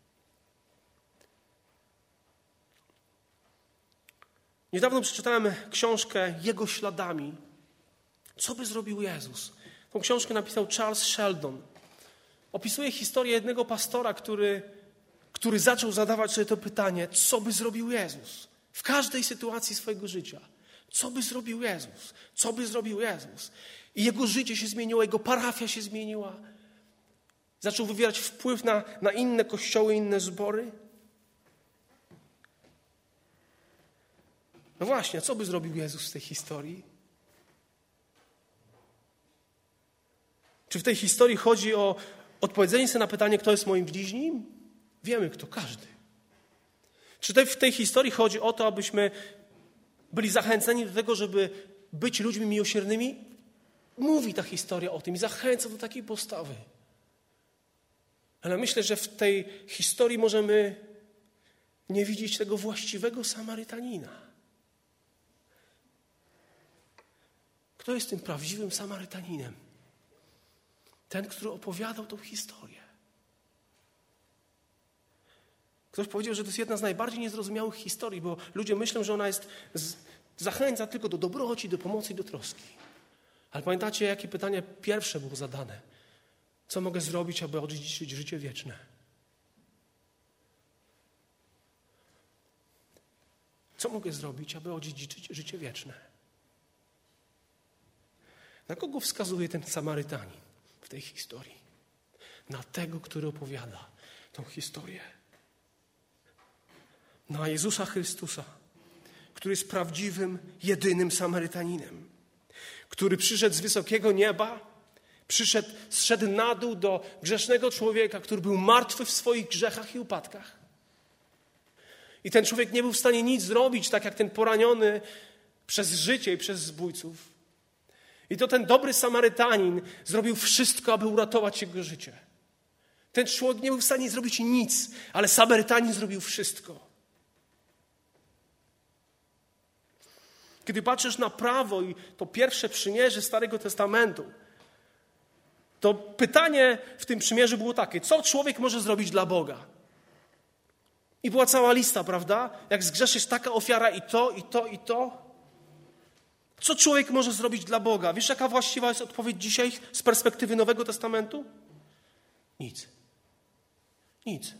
Niedawno przeczytałem książkę Jego śladami. Co by zrobił Jezus? Tą książkę napisał Charles Sheldon. Opisuje historię jednego pastora, który, który zaczął zadawać sobie to pytanie, co by zrobił Jezus? W każdej sytuacji swojego życia. Co by zrobił Jezus? Co by zrobił Jezus? I jego życie się zmieniło, jego parafia się zmieniła. Zaczął wywierać wpływ na, na inne kościoły, inne zbory. No właśnie, co by zrobił Jezus w tej historii? Czy w tej historii chodzi o odpowiedzenie sobie na pytanie, kto jest moim bliźnim? Wiemy, kto, każdy. Czy w tej historii chodzi o to, abyśmy byli zachęceni do tego, żeby być ludźmi miłosiernymi? Mówi ta historia o tym i zachęca do takiej postawy. Ale myślę, że w tej historii możemy nie widzieć tego właściwego Samarytanina. Kto jest tym prawdziwym Samarytaninem? Ten, który opowiadał tą historię. Ktoś powiedział, że to jest jedna z najbardziej niezrozumiałych historii, bo ludzie myślą, że ona jest z, zachęca tylko do dobroci, do pomocy i do troski. Ale pamiętacie, jakie pytanie pierwsze było zadane? Co mogę zrobić, aby odziedziczyć życie wieczne? Co mogę zrobić, aby odziedziczyć życie wieczne? Na kogo wskazuje ten Samarytanin w tej historii? Na tego, który opowiada tą historię. Na Jezusa Chrystusa, który jest prawdziwym, jedynym Samarytaninem, który przyszedł z wysokiego nieba, przyszedł, zszedł na dół do grzesznego człowieka, który był martwy w swoich grzechach i upadkach. I ten człowiek nie był w stanie nic zrobić, tak jak ten poraniony przez życie i przez zbójców. I to ten dobry Samarytanin zrobił wszystko, aby uratować jego życie. Ten człowiek nie był w stanie zrobić nic, ale Samarytanin zrobił wszystko. Kiedy patrzysz na prawo i to pierwsze przymierze Starego Testamentu, to pytanie w tym przymierzu było takie: co człowiek może zrobić dla Boga? I była cała lista, prawda? Jak zgrzeszysz, taka ofiara i to, i to, i to. Co człowiek może zrobić dla Boga? Wiesz, jaka właściwa jest odpowiedź dzisiaj z perspektywy Nowego Testamentu? Nic. Nic.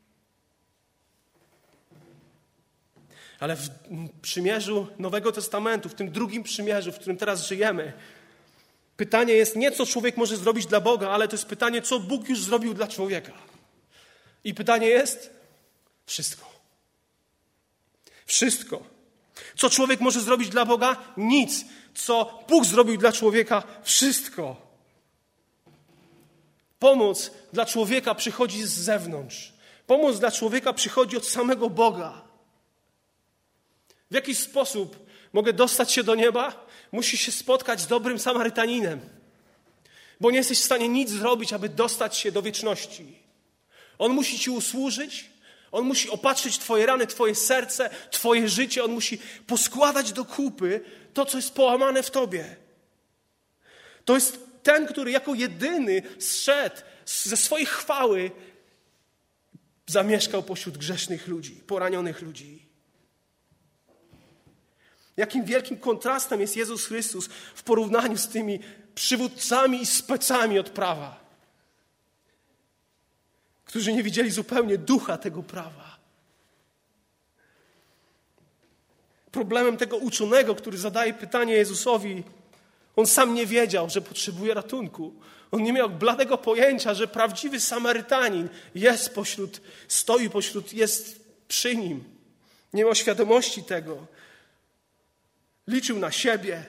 Ale w przymierzu Nowego Testamentu, w tym drugim przymierzu, w którym teraz żyjemy, pytanie jest nie, co człowiek może zrobić dla Boga, ale to jest pytanie, co Bóg już zrobił dla człowieka. I pytanie jest wszystko. Wszystko. Co człowiek może zrobić dla Boga? Nic. co Bóg zrobił dla człowieka, wszystko. Pomoc dla człowieka przychodzi z zewnątrz. Pomoc dla człowieka przychodzi od samego Boga. W jaki sposób mogę dostać się do nieba? Musisz się spotkać z dobrym Samarytaninem, bo nie jesteś w stanie nic zrobić, aby dostać się do wieczności. On musi ci usłużyć, on musi opatrzyć twoje rany, twoje serce, twoje życie, on musi poskładać do kupy to, co jest połamane w tobie. To jest ten, który jako jedyny zszedł ze swojej chwały, zamieszkał pośród grzesznych ludzi, poranionych ludzi. Jakim wielkim kontrastem jest Jezus Chrystus w porównaniu z tymi przywódcami i specami od prawa, którzy nie widzieli zupełnie ducha tego prawa. Problemem tego uczonego, który zadaje pytanie Jezusowi, on sam nie wiedział, że potrzebuje ratunku. On nie miał bladego pojęcia, że prawdziwy Samarytanin jest pośród, stoi pośród, jest przy nim. Nie miał świadomości tego. Liczył na siebie.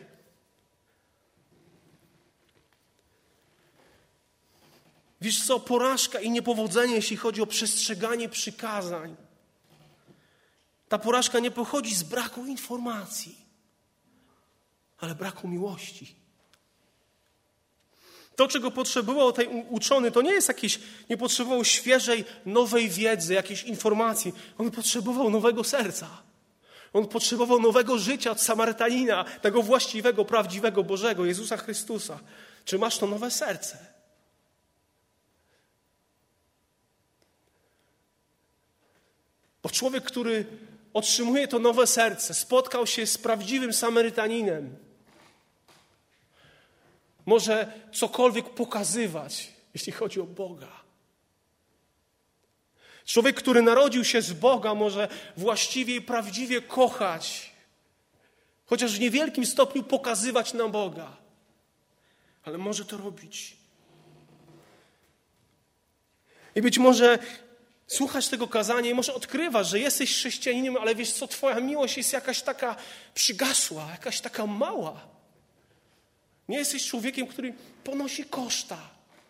Wiesz co, porażka i niepowodzenie, jeśli chodzi o przestrzeganie przykazań. Ta porażka nie pochodzi z braku informacji, ale braku miłości. To, czego potrzebował ten uczony, to nie jest jakieś, nie potrzebował świeżej, nowej wiedzy, jakiejś informacji. On potrzebował nowego serca. On potrzebował nowego życia od Samarytanina, tego właściwego, prawdziwego, Bożego, Jezusa Chrystusa. Czy masz to nowe serce? Bo człowiek, który otrzymuje to nowe serce, spotkał się z prawdziwym Samarytaninem, może cokolwiek pokazywać, jeśli chodzi o Boga. Człowiek, który narodził się z Boga, może właściwie i prawdziwie kochać, chociaż w niewielkim stopniu pokazywać na Boga, ale może to robić. I być może słuchasz tego kazania i może odkrywasz, że jesteś chrześcijaninem, ale wiesz co, twoja miłość jest jakaś taka przygasła, jakaś taka mała. Nie jesteś człowiekiem, który ponosi koszta.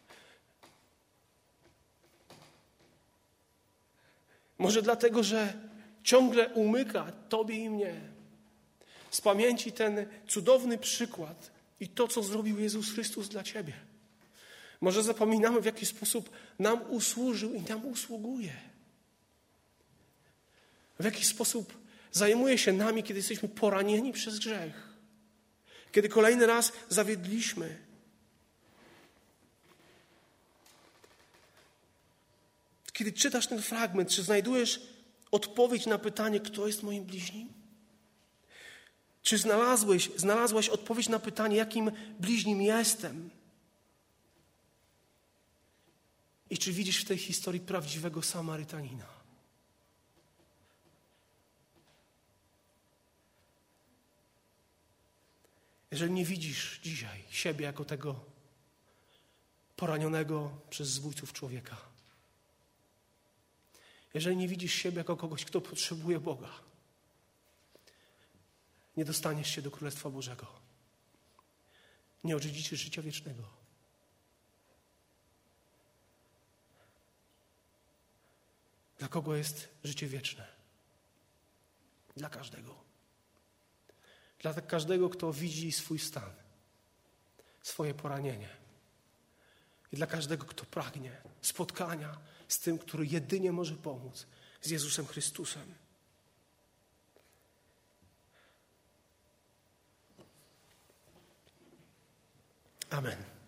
Może dlatego, że ciągle umyka tobie i mnie z pamięci ten cudowny przykład i to, co zrobił Jezus Chrystus dla ciebie. Może zapominamy, w jaki sposób nam usłużył i nam usługuje. W jaki sposób zajmuje się nami, kiedy jesteśmy poranieni przez grzech. Kiedy kolejny raz zawiedliśmy. Kiedy czytasz ten fragment, czy znajdujesz odpowiedź na pytanie, kto jest moim bliźnim? Czy znalazłeś, znalazłaś odpowiedź na pytanie, jakim bliźnim jestem? I czy widzisz w tej historii prawdziwego Samarytanina? Jeżeli nie widzisz dzisiaj siebie jako tego poranionego przez zbójców człowieka, jeżeli nie widzisz siebie jako kogoś, kto potrzebuje Boga, nie dostaniesz się do Królestwa Bożego. Nie odziedziczysz życia wiecznego. Dla kogo jest życie wieczne? Dla każdego. Dla każdego, kto widzi swój stan, swoje poranienie. I dla każdego, kto pragnie spotkania z tym, który jedynie może pomóc, z Jezusem Chrystusem. Amen.